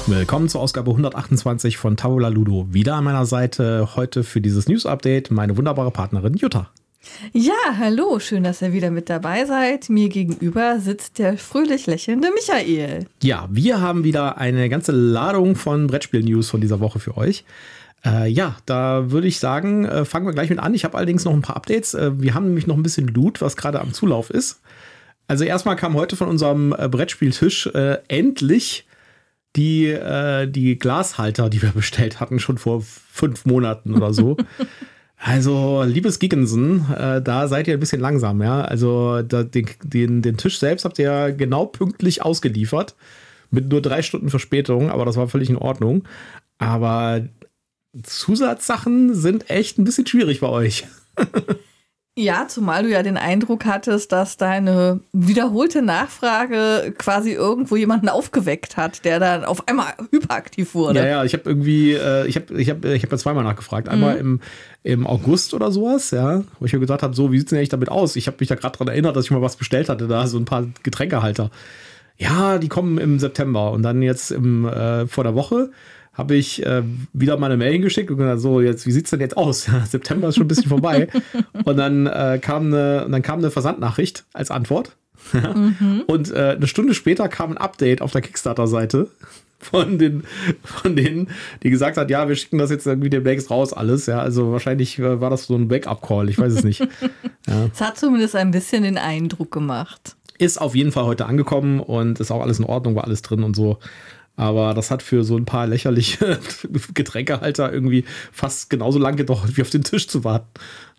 Willkommen zur Ausgabe 128 von Tavola Ludo. Wieder an meiner Seite heute für dieses News-Update meine wunderbare Partnerin Jutta. Ja, hallo, schön, dass ihr wieder mit dabei seid. Mir gegenüber sitzt der fröhlich lächelnde Michael. Ja, wir haben wieder eine ganze Ladung von Brettspiel-News von dieser Woche für euch. Da würde ich sagen, fangen wir gleich mit an. Ich habe allerdings noch ein paar Updates. Wir haben nämlich noch ein bisschen Loot, was gerade am Zulauf ist. Also erstmal kam heute von unserem Brettspieltisch endlich die Glashalter, die wir bestellt hatten, schon vor 5 Monaten oder so. Also, liebes Giggensen, da seid ihr ein bisschen langsam, ja. Also, den Tisch selbst habt ihr ja genau pünktlich ausgeliefert. Mit nur 3 Stunden Verspätung, aber das war völlig in Ordnung. Aber Zusatzsachen sind echt ein bisschen schwierig bei euch. Ja, zumal du ja den Eindruck hattest, dass deine wiederholte Nachfrage quasi irgendwo jemanden aufgeweckt hat, der dann auf einmal hyperaktiv wurde. Ja, ich habe irgendwie, ich habe ja zweimal nachgefragt. Einmal im August oder sowas, ja, wo ich mir gesagt habe, so, wie sieht's denn eigentlich damit aus? Ich habe mich da gerade dran erinnert, dass ich mal was bestellt hatte, da so ein paar Getränkehalter. Ja, die kommen im September. Und dann jetzt vor der Woche habe ich wieder mal eine Mail hingeschickt und gesagt, so, jetzt, wie sieht's denn jetzt aus? Ja, September ist schon ein bisschen vorbei. Und dann kam eine Versandnachricht als Antwort. Und eine Stunde später kam ein Update auf der Kickstarter-Seite von denen, die gesagt hat, ja, wir schicken das jetzt irgendwie demnächst raus alles. Ja, also wahrscheinlich war das so ein Backup-Call, ich weiß es nicht. Ja. Es hat zumindest ein bisschen den Eindruck gemacht. Ist auf jeden Fall heute angekommen und ist auch alles in Ordnung, war alles drin und so. Aber das hat für so ein paar lächerliche Getränkehalter irgendwie fast genauso lang gedauert, wie auf den Tisch zu warten.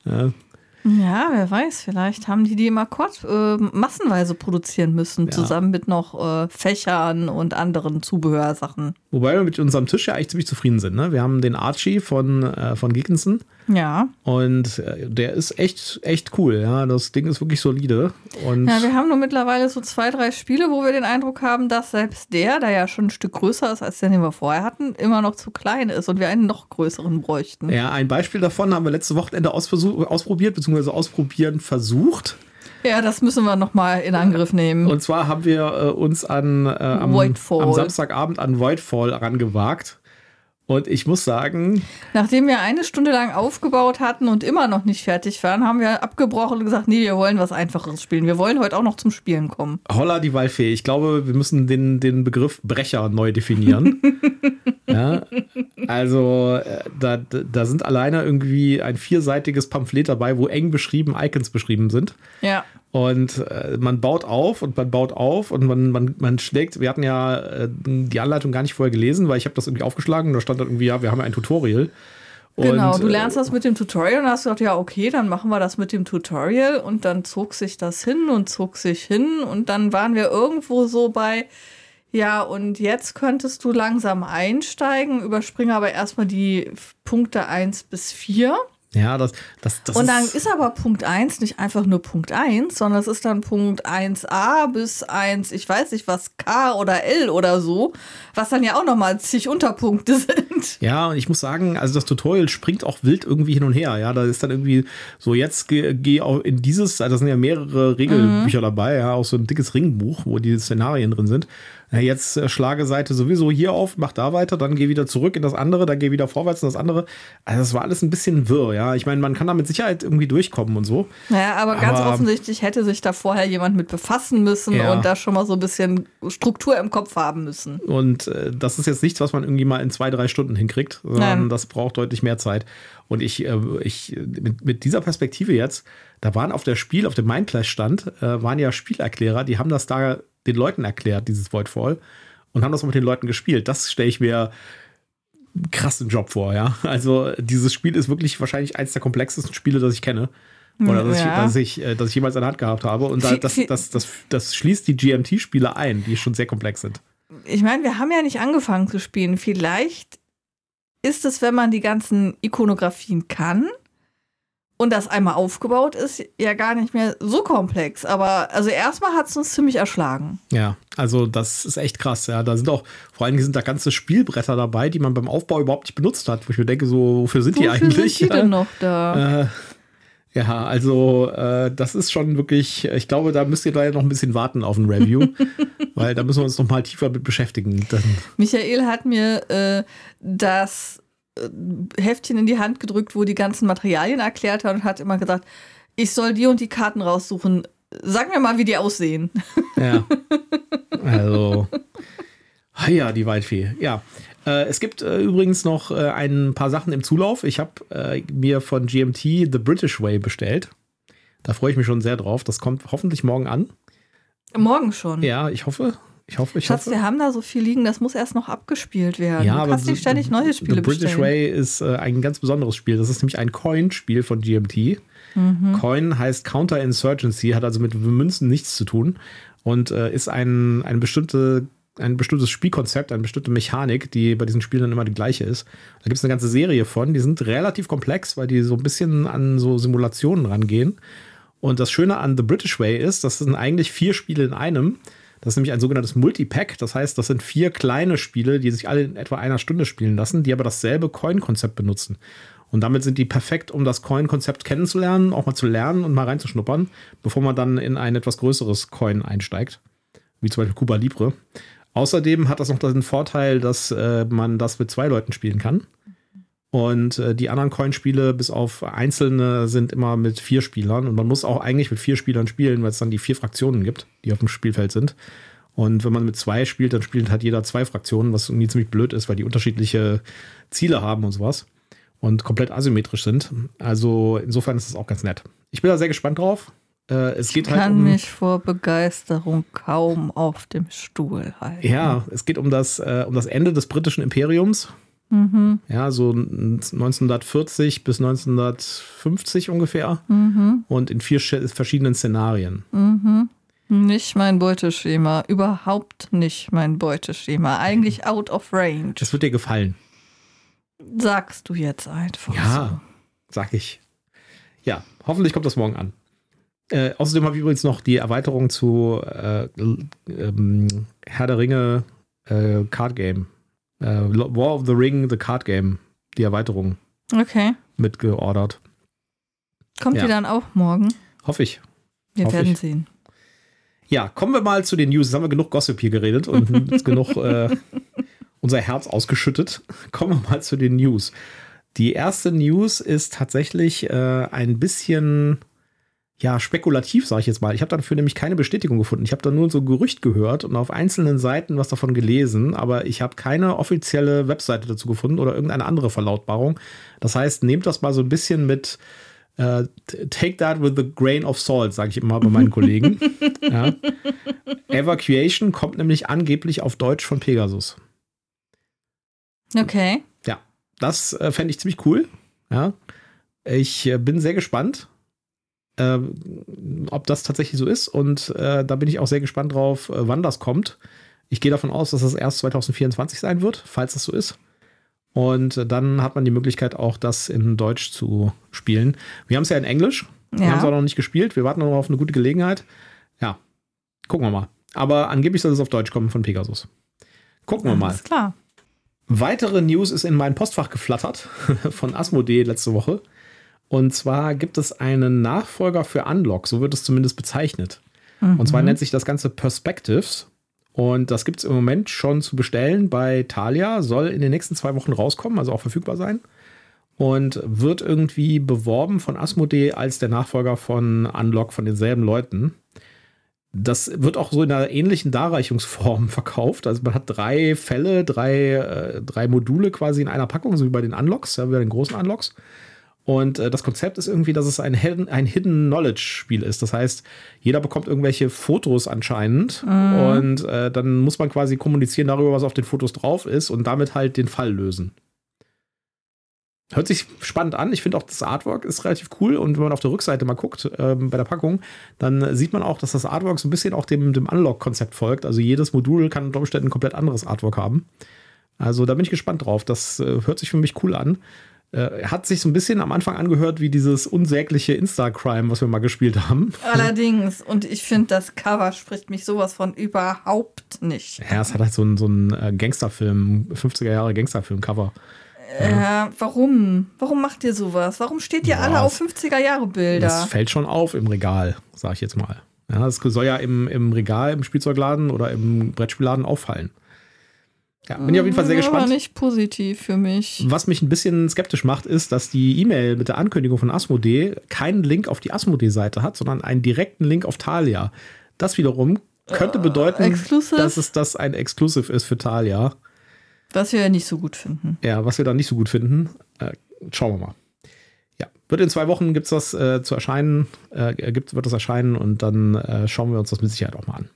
Ja, wer weiß, vielleicht haben die im Akkord massenweise produzieren müssen, ja. Zusammen mit noch Fächern und anderen Zubehörsachen. Wobei wir mit unserem Tisch ja eigentlich ziemlich zufrieden sind. Ne? Wir haben den Archie von Gickenson. Ja. Und der ist echt cool. Ja, das Ding ist wirklich solide. Und ja, wir haben nur mittlerweile so 2, 3 Spiele, wo wir den Eindruck haben, dass selbst der ja schon ein Stück größer ist als den wir vorher hatten, immer noch zu klein ist und wir einen noch größeren bräuchten. Ja, ein Beispiel davon haben wir letztes Wochenende ausprobiert, beziehungsweise ausprobieren versucht. Ja, das müssen wir nochmal in Angriff nehmen. Und zwar haben wir uns am Samstagabend an Voidfall rangewagt. Und ich muss sagen, nachdem wir 1 Stunde lang aufgebaut hatten und immer noch nicht fertig waren, haben wir abgebrochen und gesagt, nee, wir wollen was Einfacheres spielen. Wir wollen heute auch noch zum Spielen kommen. Holla die Waldfee. Ich glaube, wir müssen den Begriff Brecher neu definieren. Ja, also da sind alleine irgendwie ein 4-seitiges Pamphlet dabei, wo eng beschrieben Icons beschrieben sind. Ja. Und man baut auf und man schlägt, wir hatten ja die Anleitung gar nicht vorher gelesen, weil ich habe das irgendwie aufgeschlagen und da stand dann irgendwie, ja, wir haben ein Tutorial. Genau, du lernst das mit dem Tutorial und hast gesagt, ja, okay, dann machen wir das mit dem Tutorial und dann zog sich das hin und dann waren wir irgendwo so bei, ja, und jetzt könntest du langsam einsteigen, überspringe aber erstmal die Punkte 1 bis 4. Ja, das und dann ist aber Punkt 1 nicht einfach nur Punkt 1, sondern es ist dann Punkt 1a bis 1, ich weiß nicht was, K oder L oder so, was dann ja auch nochmal zig Unterpunkte sind. Ja, und ich muss sagen, also das Tutorial springt auch wild irgendwie hin und her. Ja, da ist dann irgendwie so, jetzt geh auch in dieses, da sind ja mehrere Regelbücher dabei, ja, auch so ein dickes Ringbuch, wo die Szenarien drin sind. Ja, jetzt schlage Seite sowieso hier auf, mach da weiter, dann geh wieder zurück in das andere, dann geh wieder vorwärts in das andere. Also das war alles ein bisschen wirr, ja. Ich meine, man kann da mit Sicherheit irgendwie durchkommen und so. Naja, aber ganz offensichtlich hätte sich da vorher jemand mit befassen müssen, ja, und da schon mal so ein bisschen Struktur im Kopf haben müssen. Und das ist jetzt nichts, was man irgendwie mal in 2, 3 Stunden hinkriegt, sondern das braucht deutlich mehr Zeit. Und ich mit dieser Perspektive jetzt, da waren auf dem Mindclash-Stand, waren ja Spielerklärer, die haben das da den Leuten erklärt, dieses Voidfall, und haben das auch mit den Leuten gespielt. Das stelle ich mir einen krassen Job vor, ja. Also dieses Spiel ist wirklich wahrscheinlich eins der komplexesten Spiele, das ich kenne. Oder dass ich jemals in der Hand gehabt habe. Und das schließt die GMT-Spiele ein, die schon sehr komplex sind. Ich meine, wir haben ja nicht angefangen zu spielen. Vielleicht ist es, wenn man die ganzen Ikonografien kann und das einmal aufgebaut ist, ja gar nicht mehr so komplex. Aber also erstmal hat es uns ziemlich erschlagen. Ja, also das ist echt krass. Ja, da sind auch, vor allem sind da ganze Spielbretter dabei, die man beim Aufbau überhaupt nicht benutzt hat. Wo ich mir denke, so, wofür sind die eigentlich? Sind die denn noch da? Ja, also das ist schon wirklich, ich glaube, da müsst ihr leider noch ein bisschen warten auf ein Review, weil da müssen wir uns noch mal tiefer mit beschäftigen. Dann. Michael hat mir das Heftchen in die Hand gedrückt, wo die ganzen Materialien erklärt hat und hat immer gesagt, ich soll die und die Karten raussuchen. Sag mir mal, wie die aussehen. Ja, also, ja, die Waldfee, ja. Es gibt übrigens noch ein paar Sachen im Zulauf. Ich habe mir von GMT The British Way bestellt. Da freue ich mich schon sehr drauf. Das kommt hoffentlich morgen an. Morgen schon? Ja, ich hoffe. Schatz, wir haben da so viel liegen, das muss erst noch abgespielt werden. Ja, du kannst nicht ständig neue Spiele bestellen. The British Way ist ein ganz besonderes Spiel. Das ist nämlich ein Coin-Spiel von GMT. Coin heißt Counterinsurgency, hat also mit Münzen nichts zu tun und ist ein bestimmtes Spielkonzept, eine bestimmte Mechanik, die bei diesen Spielen dann immer die gleiche ist. Da gibt es eine ganze Serie von, die sind relativ komplex, weil die so ein bisschen an so Simulationen rangehen. Und das Schöne an The British Way ist, das sind eigentlich 4 Spiele in einem. Das ist nämlich ein sogenanntes Multipack. Das heißt, das sind 4 kleine Spiele, die sich alle in etwa einer Stunde spielen lassen, die aber dasselbe Coin-Konzept benutzen. Und damit sind die perfekt, um das Coin-Konzept kennenzulernen, auch mal zu lernen und mal reinzuschnuppern, bevor man dann in ein etwas größeres Coin einsteigt, wie zum Beispiel Cuba Libre. Außerdem hat das noch den Vorteil, dass man das mit 2 Leuten spielen kann. Und die anderen Coin-Spiele, bis auf einzelne, sind immer mit 4 Spielern. Und man muss auch eigentlich mit 4 Spielern spielen, weil es dann die 4 Fraktionen gibt, die auf dem Spielfeld sind. Und wenn man mit 2 spielt, dann spielt halt jeder 2 Fraktionen, was irgendwie ziemlich blöd ist, weil die unterschiedliche Ziele haben und sowas. Und komplett asymmetrisch sind. Also insofern ist es auch ganz nett. Ich bin da sehr gespannt drauf. Ich kann mich vor Begeisterung kaum auf dem Stuhl halten. Ja, es geht um das Ende des britischen Imperiums. Mhm. Ja, so 1940 bis 1950 ungefähr. Mhm. Und in 4 verschiedenen Szenarien. Mhm. Nicht mein Beuteschema. Überhaupt nicht mein Beuteschema. Eigentlich out of range. Das wird dir gefallen. Sagst du jetzt einfach. Ja, so. Sag ich. Ja, hoffentlich kommt das morgen an. Außerdem habe ich übrigens noch die Erweiterung zu Herr der Ringe Card Game. War of the Ring, The Card Game. Die Erweiterung. Okay. Mitgeordert. Kommt die dann auch morgen? Hoffe ich. Wir werden sehen. Ja, kommen wir mal zu den News. Jetzt haben wir genug Gossip hier geredet und jetzt genug unser Herz ausgeschüttet. Kommen wir mal zu den News. Die erste News ist tatsächlich ein bisschen spekulativ, sage ich jetzt mal. Ich habe dafür nämlich keine Bestätigung gefunden. Ich habe da nur so ein Gerücht gehört und auf einzelnen Seiten was davon gelesen, aber ich habe keine offizielle Webseite dazu gefunden oder irgendeine andere Verlautbarung. Das heißt, nehmt das mal so ein bisschen mit take that with a grain of salt, sage ich immer bei meinen Kollegen. Ja. Evacuation kommt nämlich angeblich auf Deutsch von Pegasus. Okay. Ja, das fände ich ziemlich cool. Ja. Ich bin sehr gespannt, ob das tatsächlich so ist. Und da bin ich auch sehr gespannt drauf, wann das kommt. Ich gehe davon aus, dass das erst 2024 sein wird, falls das so ist. Und dann hat man die Möglichkeit, auch das in Deutsch zu spielen. Wir haben es ja in Englisch. Wir haben es auch noch nicht gespielt. Wir warten noch auf eine gute Gelegenheit. Ja, gucken wir mal. Aber angeblich soll es auf Deutsch kommen von Pegasus. Gucken wir mal. Alles klar. Weitere News ist in mein Postfach geflattert von Asmodee letzte Woche. Und zwar gibt es einen Nachfolger für Unlock, so wird es zumindest bezeichnet. Und zwar nennt sich das Ganze Perspectives. Und das gibt es im Moment schon zu bestellen bei Thalia, soll in den nächsten 2 Wochen rauskommen, also auch verfügbar sein. Und wird irgendwie beworben von Asmodee als der Nachfolger von Unlock von denselben Leuten. Das wird auch so in einer ähnlichen Darreichungsform verkauft. Also man hat 3 Fälle, 3 Module quasi in einer Packung, so wie bei den Unlocks, ja, wie bei den großen Unlocks. Und das Konzept ist irgendwie, dass es ein Hidden Knowledge Spiel ist. Das heißt, jeder bekommt irgendwelche Fotos anscheinend und dann muss man quasi kommunizieren darüber, was auf den Fotos drauf ist und damit halt den Fall lösen. Hört sich spannend an. Ich finde auch, das Artwork ist relativ cool. Und wenn man auf der Rückseite mal guckt, bei der Packung, dann sieht man auch, dass das Artwork so ein bisschen auch dem Unlock-Konzept folgt. Also jedes Modul kann unter Umständen ein komplett anderes Artwork haben. Also da bin ich gespannt drauf. Das hört sich für mich cool an. Hat sich so ein bisschen am Anfang angehört wie dieses unsägliche Insta-Crime, was wir mal gespielt haben. Allerdings. Und ich finde, das Cover spricht mich sowas von überhaupt nicht. Ja, es hat halt so ein Gangsterfilm, 50er Jahre Gangsterfilm-Cover. Warum? Warum macht ihr sowas? Warum steht ihr alle auf 50er-Jahre-Bilder? Das fällt schon auf im Regal, sag ich jetzt mal. Ja, das soll ja im Regal, im Spielzeugladen oder im Brettspielladen auffallen. Ja, bin ich auf jeden Fall sehr gespannt. Aber nicht positiv für mich. Was mich ein bisschen skeptisch macht, ist, dass die E-Mail mit der Ankündigung von Asmodee keinen Link auf die Asmodee-Seite hat, sondern einen direkten Link auf Thalia. Das wiederum könnte bedeuten, dass das ein Exclusive ist für Thalia. Was wir ja nicht so gut finden. Ja, was wir da nicht so gut finden. Schauen wir mal. Ja, wird in 2 Wochen wird das erscheinen und dann schauen wir uns das mit Sicherheit auch mal an.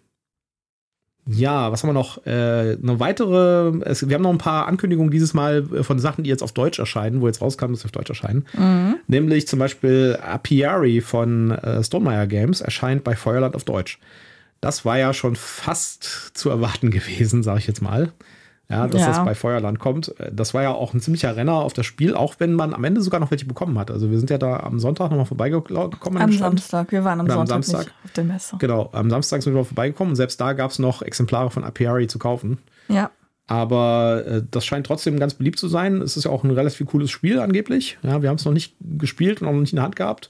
Ja, was haben wir noch? Wir haben noch ein paar Ankündigungen dieses Mal von Sachen, die jetzt auf Deutsch erscheinen, wo jetzt rauskam, dass sie auf Deutsch erscheinen. Nämlich zum Beispiel Apiari von Stonemaier Games erscheint bei Feuerland auf Deutsch. Das war ja schon fast zu erwarten gewesen, sage ich jetzt mal. Ja, dass das bei Feuerland kommt. Das war ja auch ein ziemlicher Renner auf das Spiel, auch wenn man am Ende sogar noch welche bekommen hat. Also wir sind ja da am Sonntag nochmal vorbeigekommen. Am Samstag, wir waren am Sonntag nicht auf der Messe. Genau, am Samstag sind wir vorbeigekommen und selbst da gab es noch Exemplare von Apiari zu kaufen. Ja. Aber das scheint trotzdem ganz beliebt zu sein. Es ist ja auch ein relativ cooles Spiel angeblich. Ja, wir haben es noch nicht gespielt und auch noch nicht in der Hand gehabt.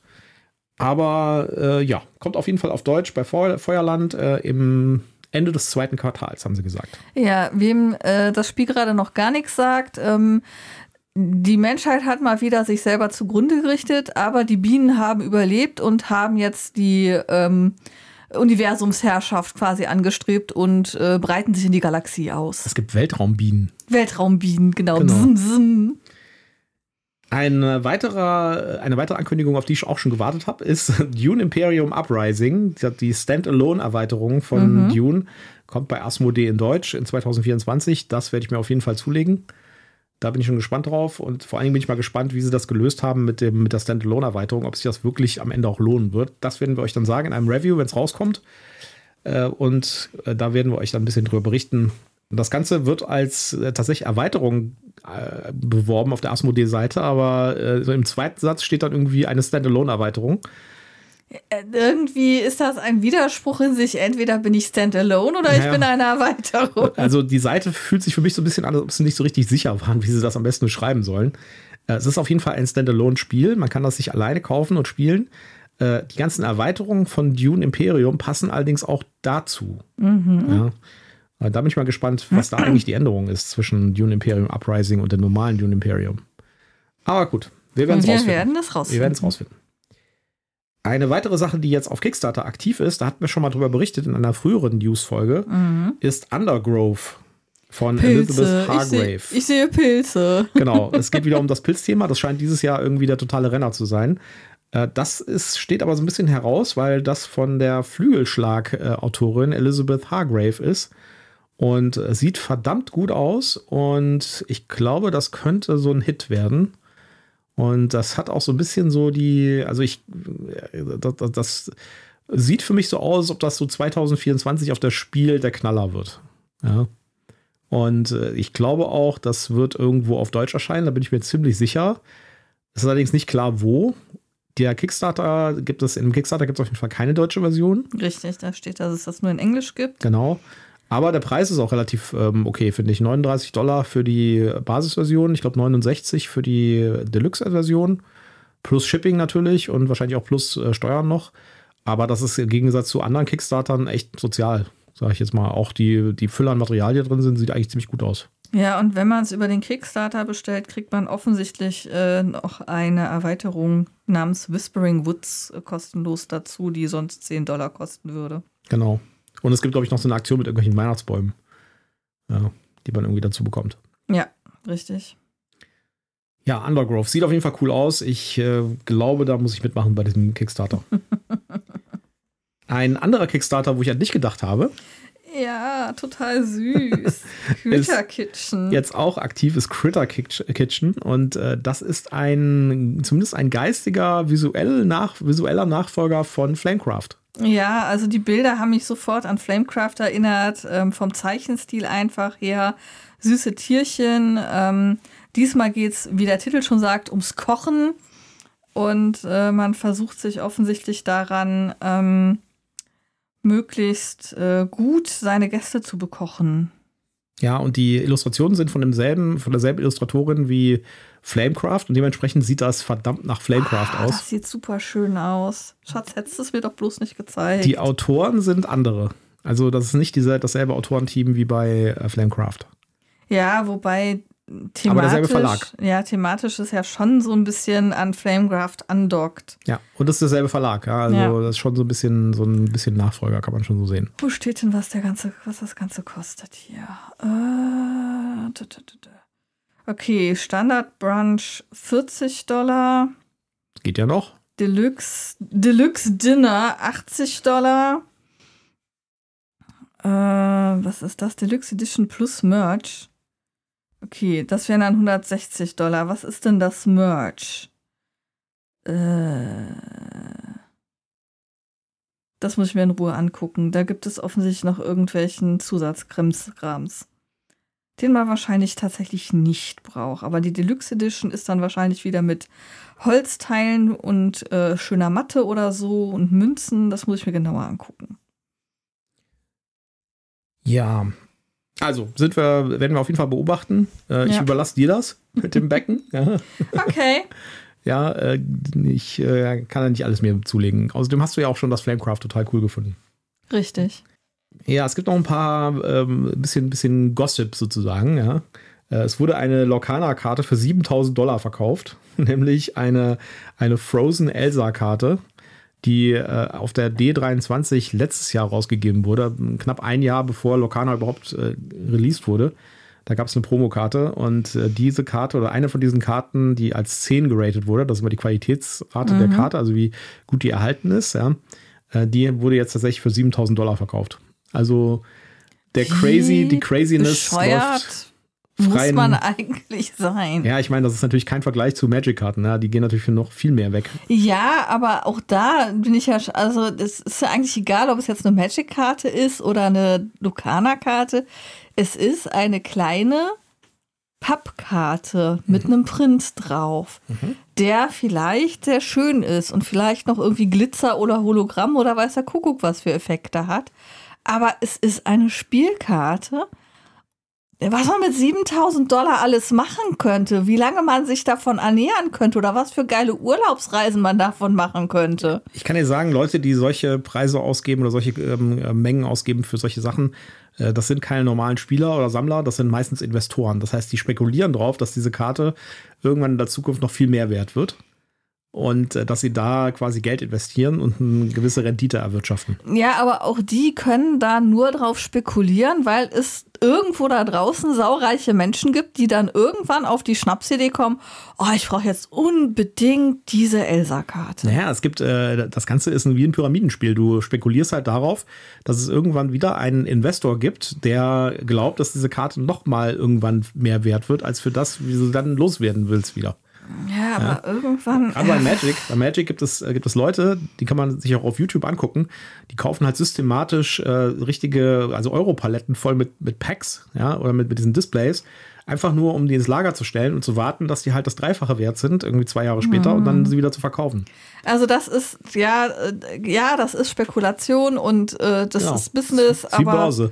Aber kommt auf jeden Fall auf Deutsch bei Feuerland im Ende des 2. Quartals, haben sie gesagt. Ja, wem das Spiel gerade noch gar nichts sagt, die Menschheit hat mal wieder sich selber zugrunde gerichtet, aber die Bienen haben überlebt und haben jetzt die Universumsherrschaft quasi angestrebt und breiten sich in die Galaxie aus. Es gibt Weltraumbienen. Weltraumbienen, genau. Bzm, bzm. Eine weitere Ankündigung, auf die ich auch schon gewartet habe, ist Dune Imperium Uprising. Die Standalone-Erweiterung von Dune kommt bei Asmodee in Deutsch in 2024. Das werde ich mir auf jeden Fall zulegen. Da bin ich schon gespannt drauf. Und vor allen Dingen bin ich mal gespannt, wie sie das gelöst haben mit der Standalone-Erweiterung, ob sich das wirklich am Ende auch lohnen wird. Das werden wir euch dann sagen in einem Review, wenn es rauskommt. Und da werden wir euch dann ein bisschen drüber berichten. Das Ganze wird als tatsächlich Erweiterung beworben auf der Asmodee-Seite, aber im zweiten Satz steht dann irgendwie eine Standalone-Erweiterung. Irgendwie ist das ein Widerspruch in sich. Entweder bin ich Standalone oder ich bin eine Erweiterung. Also die Seite fühlt sich für mich so ein bisschen an, als ob sie nicht so richtig sicher waren, wie sie das am besten schreiben sollen. Es ist auf jeden Fall ein Standalone-Spiel. Man kann das sich alleine kaufen und spielen. Die ganzen Erweiterungen von Dune Imperium passen allerdings auch dazu. Ja. Da bin ich mal gespannt, was da eigentlich die Änderung ist zwischen Dune Imperium Uprising und dem normalen Dune Imperium. Aber gut, wir werden es rausfinden. Wir werden es rausfinden. Eine weitere Sache, die jetzt auf Kickstarter aktiv ist, da hatten wir schon mal drüber berichtet in einer früheren News-Folge, ist Undergrove von Pilze. Elizabeth Hargrave. Ich sehe Pilze. Genau, es geht wieder um das Pilzthema. Das scheint dieses Jahr irgendwie der totale Renner zu sein. Steht aber so ein bisschen heraus, weil das von der Flügelschlag-Autorin Elizabeth Hargrave ist. Und sieht verdammt gut aus. Und ich glaube, das könnte so ein Hit werden. Und das hat auch so ein bisschen so das sieht für mich so aus, als ob das so 2024 auf das Spiel der Knaller wird. Ja. Und ich glaube auch, das wird irgendwo auf Deutsch erscheinen. Da bin ich mir ziemlich sicher. Es ist allerdings nicht klar, wo. Im Kickstarter gibt es auf jeden Fall keine deutsche Version. Richtig, da steht, dass es das nur in Englisch gibt. Genau. Aber der Preis ist auch relativ okay, finde ich. $39 für die Basisversion, ich glaube 69 für die Deluxe-Version. Plus Shipping natürlich und wahrscheinlich auch plus Steuern noch. Aber das ist im Gegensatz zu anderen Kickstartern echt sozial, sage ich jetzt mal. Auch die Fülle an Material, die drin sind, sieht eigentlich ziemlich gut aus. Ja, und wenn man es über den Kickstarter bestellt, kriegt man offensichtlich noch eine Erweiterung namens Whispering Woods kostenlos dazu, die sonst $10 kosten würde. Genau. Und es gibt, glaube ich, noch so eine Aktion mit irgendwelchen Weihnachtsbäumen, die man irgendwie dazu bekommt. Ja, richtig. Ja, Undergrove sieht auf jeden Fall cool aus. Ich glaube, da muss ich mitmachen bei diesem Kickstarter. Ein anderer Kickstarter, wo ich an dich gedacht habe. Ja, total süß. Critter Kitchen. Jetzt auch aktiv ist Critter Kitchen. Und das ist zumindest ein geistiger, visueller Nachfolger von Flamecraft. Ja, also die Bilder haben mich sofort an Flamecraft erinnert, vom Zeichenstil einfach her. Süße Tierchen. Diesmal geht's, wie der Titel schon sagt, ums Kochen. Und man versucht sich offensichtlich daran, möglichst gut seine Gäste zu bekochen. Ja, und die Illustrationen sind von derselben Illustratorin wie Flamecraft und dementsprechend sieht das verdammt nach Flamecraft aus. Das sieht super schön aus. Schatz, hättest du es mir doch bloß nicht gezeigt. Die Autoren sind andere. Also das ist nicht dasselbe Autorenteam wie bei Flamecraft. Ja, wobei thematisch, aber derselbe Verlag. Ja, thematisch ist ja schon so ein bisschen an Flamecraft andockt. Ja, und das ist derselbe Verlag. Ja, also das ist schon so ein bisschen Nachfolger, kann man schon so sehen. Wo steht denn, was das Ganze kostet hier? Okay, Standard Brunch $40. Geht ja noch. Deluxe Dinner $80. Was ist das? Deluxe Edition plus Merch. Okay, das wären dann $160. Was ist denn das Merch? Das muss ich mir in Ruhe angucken. Da gibt es offensichtlich noch irgendwelchen Zusatzkrimskrams, den man wahrscheinlich tatsächlich nicht braucht. Aber die Deluxe Edition ist dann wahrscheinlich wieder mit Holzteilen und schöner Matte oder so und Münzen. Das muss ich mir genauer angucken. Ja, also werden wir auf jeden Fall beobachten. Ich überlasse dir das mit dem Becken. Ja. Okay. Ja, ich kann ja nicht alles mehr zulegen. Außerdem hast du ja auch schon das Flamecraft total cool gefunden. Richtig. Ja, es gibt noch ein paar bisschen Gossip sozusagen. Ja. Es wurde eine Lorcana-Karte für $7.000 verkauft, nämlich eine Frozen Elsa-Karte, die auf der D23 letztes Jahr rausgegeben wurde, knapp ein Jahr bevor Lorcana überhaupt released wurde. Da gab es eine Promokarte und diese Karte oder eine von diesen Karten, die als 10 geratet wurde, das ist immer die Qualitätsrate der Karte, also wie gut die erhalten ist, ja, die wurde jetzt tatsächlich für $7.000 verkauft. Also die Craziness läuft muss man eigentlich sein. Ja, ich meine, das ist natürlich kein Vergleich zu Magic-Karten. Ja? Die gehen natürlich für noch viel mehr weg. Ja, aber auch da bin ich ja, also das ist ja eigentlich egal, ob es jetzt eine Magic-Karte ist oder eine Lorcana-Karte. Es ist eine kleine Pappkarte mit einem Print drauf, der vielleicht sehr schön ist und vielleicht noch irgendwie Glitzer oder Hologramm oder weiß der Kuckuck, was für Effekte hat. Aber es ist eine Spielkarte, was man mit $7.000 alles machen könnte, wie lange man sich davon ernähren könnte oder was für geile Urlaubsreisen man davon machen könnte. Ich kann dir sagen, Leute, die solche Preise ausgeben oder solche Mengen ausgeben für solche Sachen, das sind keine normalen Spieler oder Sammler, das sind meistens Investoren. Das heißt, die spekulieren drauf, dass diese Karte irgendwann in der Zukunft noch viel mehr wert wird. Und dass sie da quasi Geld investieren und eine gewisse Rendite erwirtschaften. Ja, aber auch die können da nur drauf spekulieren, weil es irgendwo da draußen saureiche Menschen gibt, die dann irgendwann auf die Schnapsidee kommen, oh, ich brauche jetzt unbedingt diese Elsa-Karte. Naja, es gibt, das Ganze ist wie ein Pyramidenspiel. Du spekulierst halt darauf, dass es irgendwann wieder einen Investor gibt, der glaubt, dass diese Karte noch mal irgendwann mehr wert wird, als für das, wie du dann loswerden willst wieder. Ja, aber irgendwann. Aber bei Magic gibt es Leute, die kann man sich auch auf YouTube angucken, die kaufen halt systematisch richtige, also Europaletten voll mit Packs, ja, oder mit diesen Displays, einfach nur, um die ins Lager zu stellen und zu warten, dass die halt das Dreifache wert sind, irgendwie 2 Jahre später und dann sie wieder zu verkaufen. Also das ist, das ist Spekulation und das ist Business, aber. Wie Börse.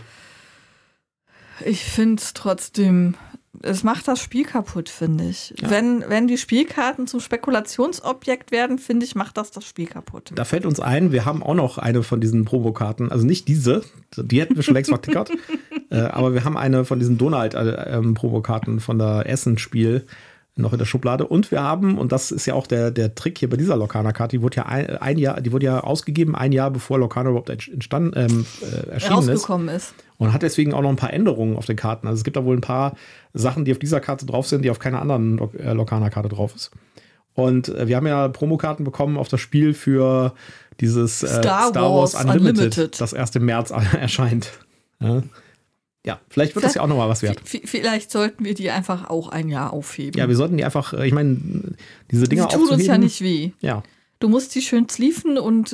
Ich finde es trotzdem. Es macht das Spiel kaputt, finde ich. Ja. Wenn die Spielkarten zum Spekulationsobjekt werden, finde ich, macht das Spiel kaputt. Da fällt uns ein, wir haben auch noch eine von diesen Promokarten, also nicht diese, die hätten wir schon längst vertickert, aber wir haben eine von diesen Donald-Promokarten von der Essen-Spiel noch in der Schublade. Und wir haben, und das ist ja auch der Trick hier bei dieser Lorcana-Karte, die wurde ja die wurde ja ausgegeben, ein Jahr bevor Lorcana überhaupt erschienen ist. Und hat deswegen auch noch ein paar Änderungen auf den Karten. Also es gibt da wohl ein paar Sachen, die auf dieser Karte drauf sind, die auf keiner anderen Lorcana-Karte drauf ist. Und wir haben ja Promokarten bekommen auf das Spiel für dieses Star Wars Unlimited, das erst im März erscheint. Ja, vielleicht wird das ja auch nochmal was wert. Vielleicht sollten wir die einfach auch ein Jahr aufheben. Ja, wir sollten die einfach, ich meine, diese Dinger aufzuheben. Die tun uns ja nicht weh. Ja. Du musst die schön slieven und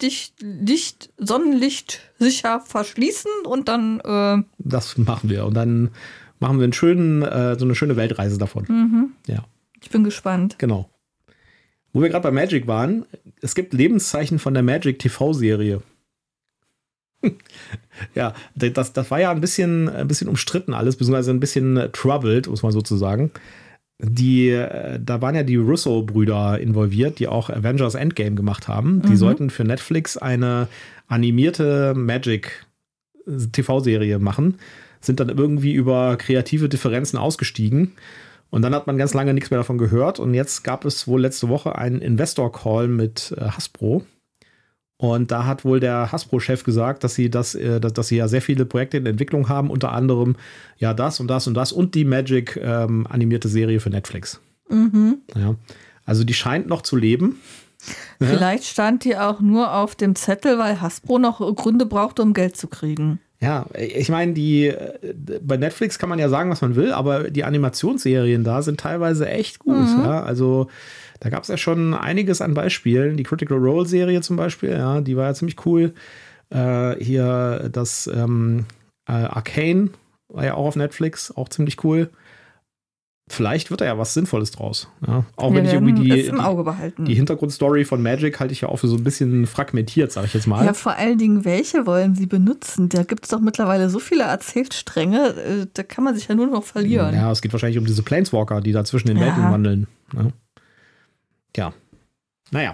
Sonnenlicht sicher verschließen und dann. Das machen wir. Und dann machen wir so eine schöne Weltreise davon. Mhm. Ja. Ich bin gespannt. Genau. Wo wir gerade bei Magic waren, es gibt Lebenszeichen von der Magic TV-Serie. Ja, das war ja ein bisschen umstritten alles, beziehungsweise ein bisschen troubled, muss man sozusagen. Da waren ja die Russo-Brüder involviert, die auch Avengers Endgame gemacht haben. Die sollten für Netflix eine animierte Magic-TV-Serie machen, sind dann irgendwie über kreative Differenzen ausgestiegen. Und dann hat man ganz lange nichts mehr davon gehört. Und jetzt gab es wohl letzte Woche einen Investor-Call mit Hasbro. Und da hat wohl der Hasbro-Chef gesagt, dass sie ja sehr viele Projekte in Entwicklung haben, unter anderem ja das und das und das und die Magic animierte Serie für Netflix. Ja, also die scheint noch zu leben. Vielleicht stand die auch nur auf dem Zettel, weil Hasbro noch Gründe brauchte, um Geld zu kriegen. Ja, ich meine, bei Netflix kann man ja sagen, was man will, aber die Animationsserien da sind teilweise echt gut. Ja? Also da gab es ja schon einiges an Beispielen. Die Critical Role-Serie zum Beispiel, ja, die war ja ziemlich cool. Hier das Arcane war ja auch auf Netflix, auch ziemlich cool. Vielleicht wird da ja was Sinnvolles draus. Ja? Auch wenn ich irgendwie im Auge behalten. Die Hintergrundstory von Magic halte ich ja auch für so ein bisschen fragmentiert, sage ich jetzt mal. Ja, vor allen Dingen, welche wollen sie benutzen? Da gibt es doch mittlerweile so viele Erzählstränge, da kann man sich ja nur noch verlieren. Ja, es geht wahrscheinlich um diese Planeswalker, die da zwischen den Welten wandeln. Ja. Naja.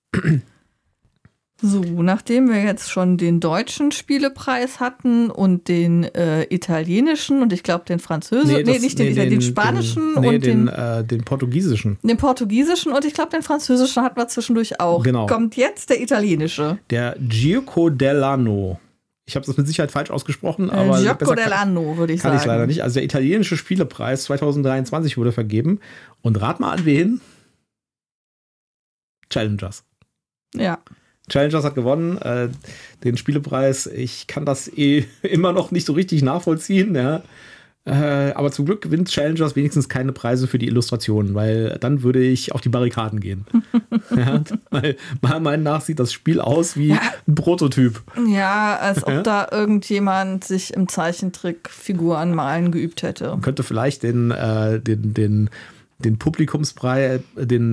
So, nachdem wir jetzt schon den deutschen Spielepreis hatten und den italienischen und ich glaube den französischen, den spanischen und den portugiesischen. Den portugiesischen und ich glaube den französischen hatten wir zwischendurch auch. Genau. Kommt jetzt der italienische. Der Gioco dell'Anno. Ich habe das mit Sicherheit falsch ausgesprochen, aber Gioco dell'Anno würde ich sagen. Kann ich leider nicht. Also der italienische Spielepreis 2023 wurde vergeben. Und rat mal an wen? Challengers. Ja. Challengers hat gewonnen, den Spielepreis. Ich kann das immer noch nicht so richtig nachvollziehen, ja. Aber zum Glück gewinnt Challengers wenigstens keine Preise für die Illustrationen, weil dann würde ich auf die Barrikaden gehen. Ja, weil meiner Meinung nach sieht das Spiel aus wie ein Prototyp. Ja, als ob da irgendjemand sich im Zeichentrick Figuren malen geübt hätte. Man könnte vielleicht den Publikumspreis, den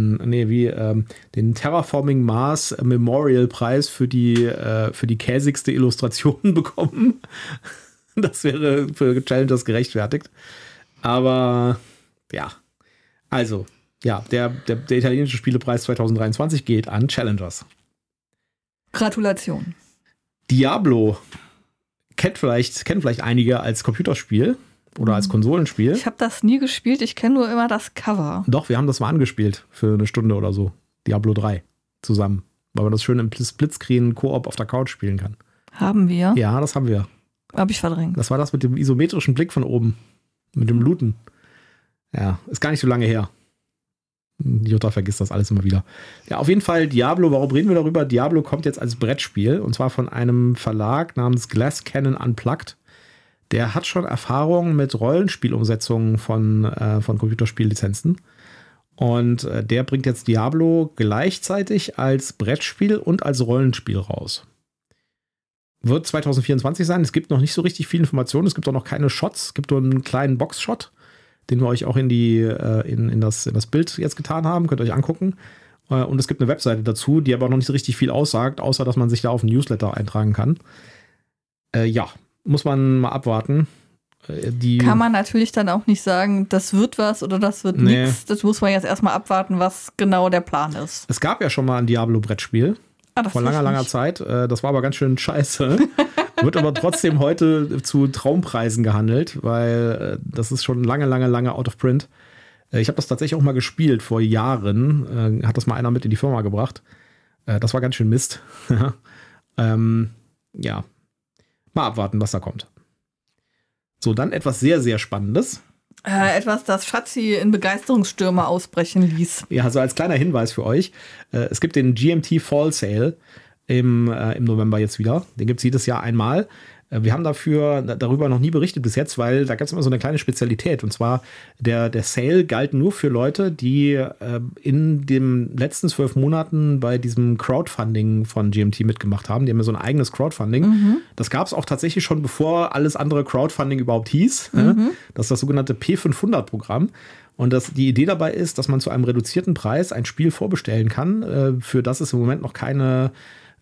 Terraforming Mars Memorial Preis für die käsigste Illustration bekommen. Das wäre für Challengers gerechtfertigt. Aber ja, also, ja, der italienische Spielepreis 2023 geht an Challengers. Gratulation. Diablo kennen vielleicht einige als Computerspiel. Oder als Konsolenspiel. Ich habe das nie gespielt, ich kenne nur immer das Cover. Doch, wir haben das mal angespielt für eine Stunde oder so. Diablo 3 zusammen. Weil man das schön im Splitscreen Koop auf der Couch spielen kann. Haben wir? Ja, das haben wir. Hab ich verdrängt. Das war das mit dem isometrischen Blick von oben. Mit dem Looten. Ja, ist gar nicht so lange her. Jutta vergisst das alles immer wieder. Ja, auf jeden Fall Diablo, warum reden wir darüber? Diablo kommt jetzt als Brettspiel und zwar von einem Verlag namens Glass Cannon Unplugged. Der hat schon Erfahrung mit Rollenspielumsetzungen von Computerspiellizenzen. Und der bringt jetzt Diablo gleichzeitig als Brettspiel und als Rollenspiel raus. Wird 2024 sein. Es gibt noch nicht so richtig viel Informationen. Es gibt auch noch keine Shots. Es gibt nur einen kleinen Box-Shot, den wir euch auch in das Bild jetzt getan haben. Könnt ihr euch angucken. Und es gibt eine Webseite dazu, die aber noch nicht so richtig viel aussagt, außer dass man sich da auf ein Newsletter eintragen kann. Ja, muss man mal abwarten. Kann man natürlich dann auch nicht sagen, das wird was oder das wird nichts. Das muss man jetzt erstmal abwarten, was genau der Plan ist. Es gab ja schon mal ein Diablo-Brettspiel. Vor langer Zeit. Das war aber ganz schön scheiße. Wird aber trotzdem heute zu Traumpreisen gehandelt, weil das ist schon lange out of print. Ich habe das tatsächlich auch mal gespielt vor Jahren. Hat das mal einer mit in die Firma gebracht. Das war ganz schön Mist. Ja. Mal abwarten, was da kommt. So, dann etwas sehr, sehr Spannendes. Etwas, das Schatzi in Begeisterungsstürme ausbrechen ließ. Ja, also als kleiner Hinweis für euch. Es gibt den GMT Fall Sale im November jetzt wieder. Den gibt es jedes Jahr einmal. Wir haben darüber noch nie berichtet bis jetzt, weil da gab es immer so eine kleine Spezialität. Und zwar, der Sale galt nur für Leute, die in den letzten 12 Monaten bei diesem Crowdfunding von GMT mitgemacht haben. Die haben ja so ein eigenes Crowdfunding. Mhm. Das gab es auch tatsächlich schon, bevor alles andere Crowdfunding überhaupt hieß. Mhm. Das ist das sogenannte P500-Programm. Und die Idee dabei ist, dass man zu einem reduzierten Preis ein Spiel vorbestellen kann, für das es im Moment noch keine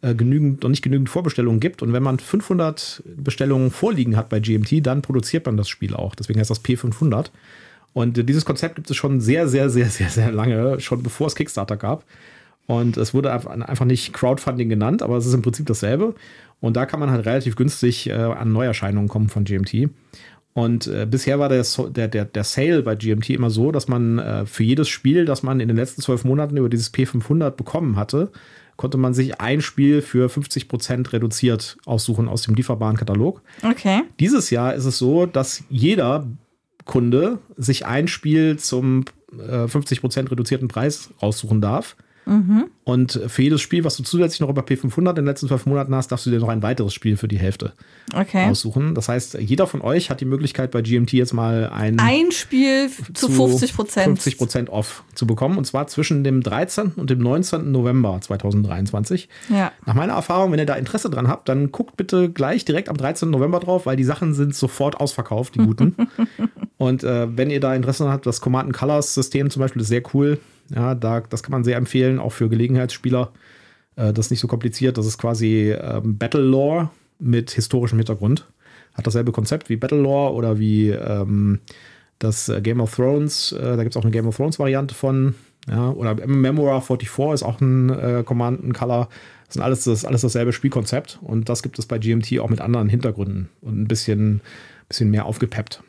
noch nicht genügend Vorbestellungen gibt. Und wenn man 500 Bestellungen vorliegen hat bei GMT, dann produziert man das Spiel auch. Deswegen heißt das P500. Und dieses Konzept gibt es schon sehr, sehr, sehr, sehr, sehr lange, schon bevor es Kickstarter gab. Und es wurde einfach nicht Crowdfunding genannt, aber es ist im Prinzip dasselbe. Und da kann man halt relativ günstig an Neuerscheinungen kommen von GMT. Und bisher war der Sale bei GMT immer so, dass man für jedes Spiel, das man in den letzten 12 Monaten über dieses P500 bekommen hatte, konnte man sich ein Spiel für 50% reduziert aussuchen aus dem lieferbaren Katalog. Okay. Dieses Jahr ist es so, dass jeder Kunde sich ein Spiel zum 50% reduzierten Preis raussuchen darf. Mhm. Und für jedes Spiel, was du zusätzlich noch über P500 in den letzten 12 Monaten hast, darfst du dir noch ein weiteres Spiel für die Hälfte aussuchen. Das heißt, jeder von euch hat die Möglichkeit, bei GMT jetzt mal ein Spiel zu 50% off zu bekommen. Und zwar zwischen dem 13. und dem 19. November 2023. Ja. Nach meiner Erfahrung, wenn ihr da Interesse dran habt, dann guckt bitte gleich direkt am 13. November drauf, weil die Sachen sind sofort ausverkauft, die guten. Und wenn ihr da Interesse habt, das Command & Colors System zum Beispiel ist sehr cool. Ja, das kann man sehr empfehlen, auch für Gelegenheitsspieler. Das ist nicht so kompliziert. Das ist quasi Battle Lore mit historischem Hintergrund. Hat dasselbe Konzept wie Battle Lore oder wie das Game of Thrones. Da gibt es auch eine Game of Thrones Variante von. Ja, oder Memoir 44 ist auch ein Command & Color. Das ist alles dasselbe Spielkonzept. Und das gibt es bei GMT auch mit anderen Hintergründen und ein bisschen mehr aufgepeppt.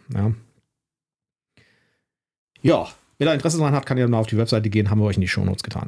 Ja. Wer da Interesse dran hat, kann ja mal auf die Webseite gehen, haben wir euch in die Shownotes getan.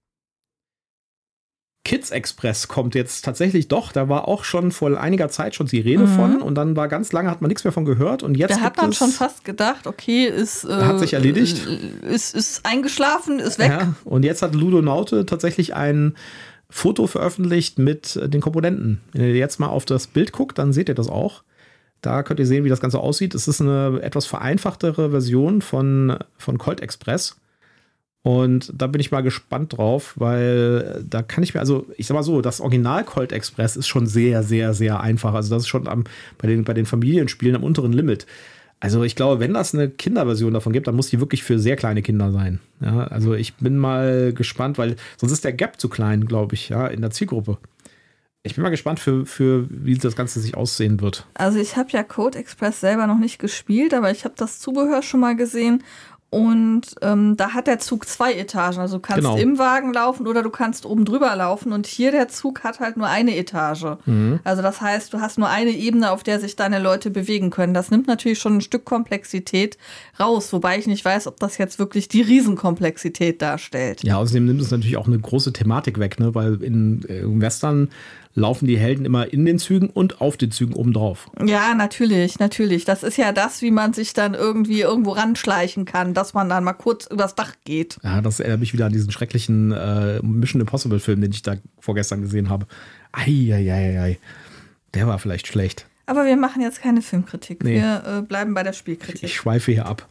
Kids Express kommt jetzt tatsächlich doch, da war auch schon vor einiger Zeit schon die Rede von und dann war ganz lange, hat man nichts mehr von gehört und jetzt da hat man schon fast gedacht, okay, hat sich erledigt. Ist eingeschlafen, ist weg. Ja, und jetzt hat Ludonaute tatsächlich ein Foto veröffentlicht mit den Komponenten. Wenn ihr jetzt mal auf das Bild guckt, dann seht ihr das auch. Da könnt ihr sehen, wie das Ganze aussieht. Es ist eine etwas vereinfachtere Version von Colt Express. Und da bin ich mal gespannt drauf, weil da kann ich mir, also ich sag mal so, das Original Colt Express ist schon sehr, sehr, sehr einfach. Also das ist schon bei den Familienspielen am unteren Limit. Also ich glaube, wenn das eine Kinderversion davon gibt, dann muss die wirklich für sehr kleine Kinder sein. Ja, also ich bin mal gespannt, weil sonst ist der Gap zu klein, glaube ich, ja, in der Zielgruppe. Ich bin mal gespannt, für wie das Ganze sich aussehen wird. Also ich habe ja Code Express selber noch nicht gespielt, aber ich habe das Zubehör schon mal gesehen. Und da hat der Zug 2 Etagen. Also du kannst im Wagen laufen oder du kannst oben drüber laufen. Und hier der Zug hat halt nur eine Etage. Mhm. Also das heißt, du hast nur eine Ebene, auf der sich deine Leute bewegen können. Das nimmt natürlich schon ein Stück Komplexität raus. Wobei ich nicht weiß, ob das jetzt wirklich die Riesenkomplexität darstellt. Ja, außerdem nimmt es natürlich auch eine große Thematik weg, ne? Weil in Western laufen die Helden immer in den Zügen und auf den Zügen obendrauf. Ja, natürlich. Das ist ja das, wie man sich dann irgendwie irgendwo ranschleichen kann, dass man dann mal kurz übers Dach geht. Ja, das erinnert mich wieder an diesen schrecklichen Mission Impossible Film, den ich da vorgestern gesehen habe. Eieieiei. Der war vielleicht schlecht. Aber wir machen jetzt keine Filmkritik. Nee. Wir bleiben bei der Spielkritik. Ich schweife hier ab.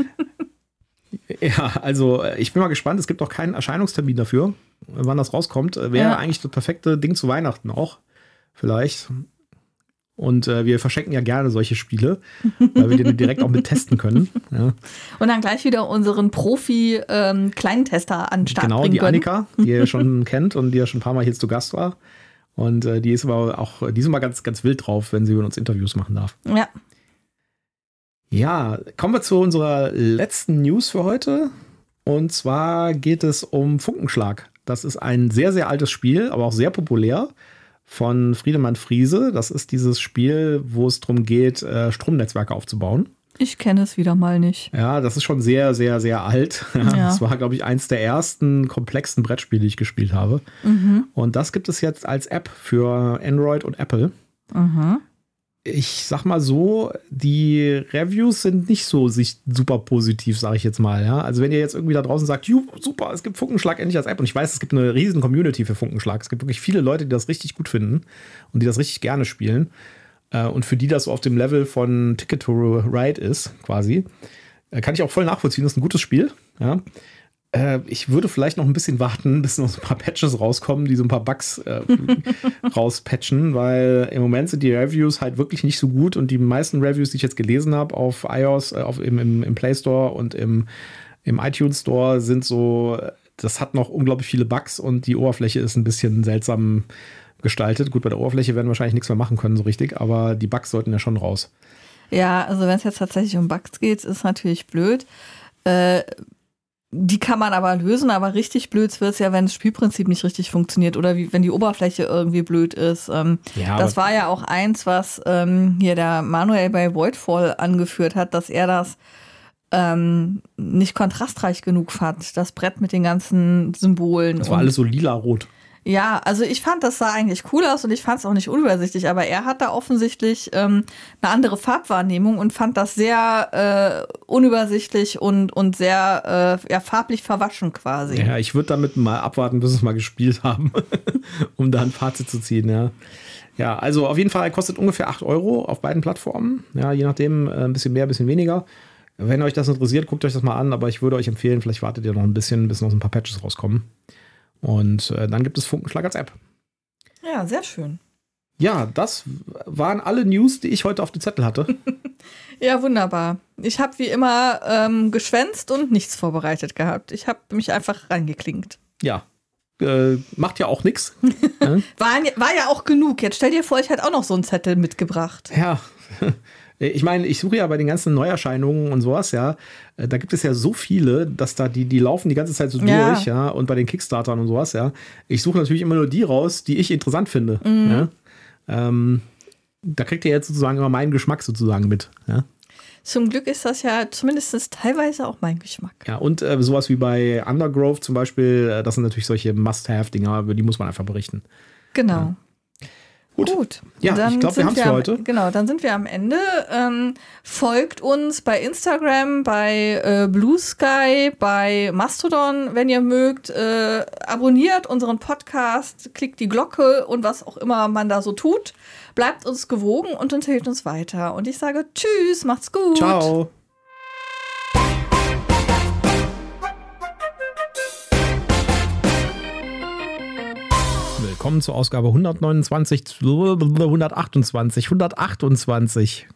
Ja, also ich bin mal gespannt. Es gibt auch keinen Erscheinungstermin dafür, wann das rauskommt. Wäre eigentlich das perfekte Ding zu Weihnachten auch. Vielleicht. Und wir verschenken ja gerne solche Spiele, weil wir die direkt auch mit testen können. Ja. Und dann gleich wieder unseren Profi-Kleintester an den Start bringen können. Genau, die Annika, die ihr schon kennt und die ja schon ein paar Mal hier zu Gast war. Und die ist aber auch diesmal ganz, ganz wild drauf, wenn sie mit uns Interviews machen darf. Ja. Ja, kommen wir zu unserer letzten News für heute. Und zwar geht es um Funkenschlag. Das ist ein sehr, sehr altes Spiel, aber auch sehr populär von Friedemann Friese. Das ist dieses Spiel, wo es darum geht, Stromnetzwerke aufzubauen. Ich kenne es wieder mal nicht. Ja, das ist schon sehr, sehr, sehr alt. Ja. Das war, glaube ich, eins der ersten komplexen Brettspiele, die ich gespielt habe. Mhm. Und das gibt es jetzt als App für Android und Apple. Mhm. Ich sag mal so, die Reviews sind nicht so super positiv, sage ich jetzt mal. Ja? Also wenn ihr jetzt irgendwie da draußen sagt, super, es gibt Funkenschlag endlich als App. Und ich weiß, es gibt eine riesen Community für Funkenschlag. Es gibt wirklich viele Leute, die das richtig gut finden und die das richtig gerne spielen. Und für die das so auf dem Level von Ticket to Ride ist, quasi. Kann ich auch voll nachvollziehen. Das ist ein gutes Spiel. Ja? Ich würde vielleicht noch ein bisschen warten, bis noch so ein paar Patches rauskommen, die so ein paar Bugs rauspatchen, weil im Moment sind die Reviews halt wirklich nicht so gut und die meisten Reviews, die ich jetzt gelesen habe auf iOS, im Play Store und im iTunes Store sind so das hat noch unglaublich viele Bugs und die Oberfläche ist ein bisschen seltsam gestaltet. Gut, bei der Oberfläche werden wir wahrscheinlich nichts mehr machen können so richtig, aber die Bugs sollten ja schon raus. Ja, also wenn es jetzt tatsächlich um Bugs geht, ist natürlich blöd. Die kann man aber lösen, aber richtig blöd wird es ja, wenn das Spielprinzip nicht richtig funktioniert oder wenn die Oberfläche irgendwie blöd ist. Das war ja auch eins, was hier der Manuel bei Voidfall angeführt hat, dass er das nicht kontrastreich genug fand, das Brett mit den ganzen Symbolen. Das war alles so lila-rot. Ja, also ich fand, das sah eigentlich cool aus und ich fand es auch nicht unübersichtlich, aber er hat da offensichtlich eine andere Farbwahrnehmung und fand das sehr unübersichtlich und sehr farblich verwaschen quasi. Ja, ich würde damit mal abwarten, bis wir es mal gespielt haben, um da ein Fazit zu ziehen, ja. Ja, also auf jeden Fall kostet ungefähr 8 € auf beiden Plattformen, ja, je nachdem, ein bisschen mehr, ein bisschen weniger. Wenn euch das interessiert, guckt euch das mal an, aber ich würde euch empfehlen, vielleicht wartet ihr noch ein bisschen, bis noch so ein paar Patches rauskommen. Und dann gibt es Funkenschlag als App. Ja, sehr schön. Ja, das waren alle News, die ich heute auf dem Zettel hatte. Ja, wunderbar. Ich habe wie immer geschwänzt und nichts vorbereitet gehabt. Ich habe mich einfach reingeklinkt. Ja, macht ja auch nichts. War ja auch genug. Jetzt stell dir vor, ich hätte auch noch so einen Zettel mitgebracht. Ja, ich meine, ich suche ja bei den ganzen Neuerscheinungen und sowas, ja, da gibt es ja so viele, dass da die laufen die ganze Zeit so durch, ja, und bei den Kickstartern und sowas, ja. Ich suche natürlich immer nur die raus, die ich interessant finde. Ja? Da kriegt ihr jetzt sozusagen immer meinen Geschmack sozusagen mit, ja. Zum Glück ist das ja zumindest teilweise auch mein Geschmack. Ja, und sowas wie bei Undergrowth zum Beispiel, das sind natürlich solche Must-Have-Dinger, über die muss man einfach berichten. Genau. Ja. Gut. Ja, dann ich glaube, wir haben es für heute. Genau, dann sind wir am Ende. Folgt uns bei Instagram, bei Blue Sky, bei Mastodon, wenn ihr mögt. Abonniert unseren Podcast, klickt die Glocke und was auch immer man da so tut. Bleibt uns gewogen und unterhält uns weiter. Und ich sage tschüss, macht's gut. Ciao. Willkommen zur Ausgabe 129, 128.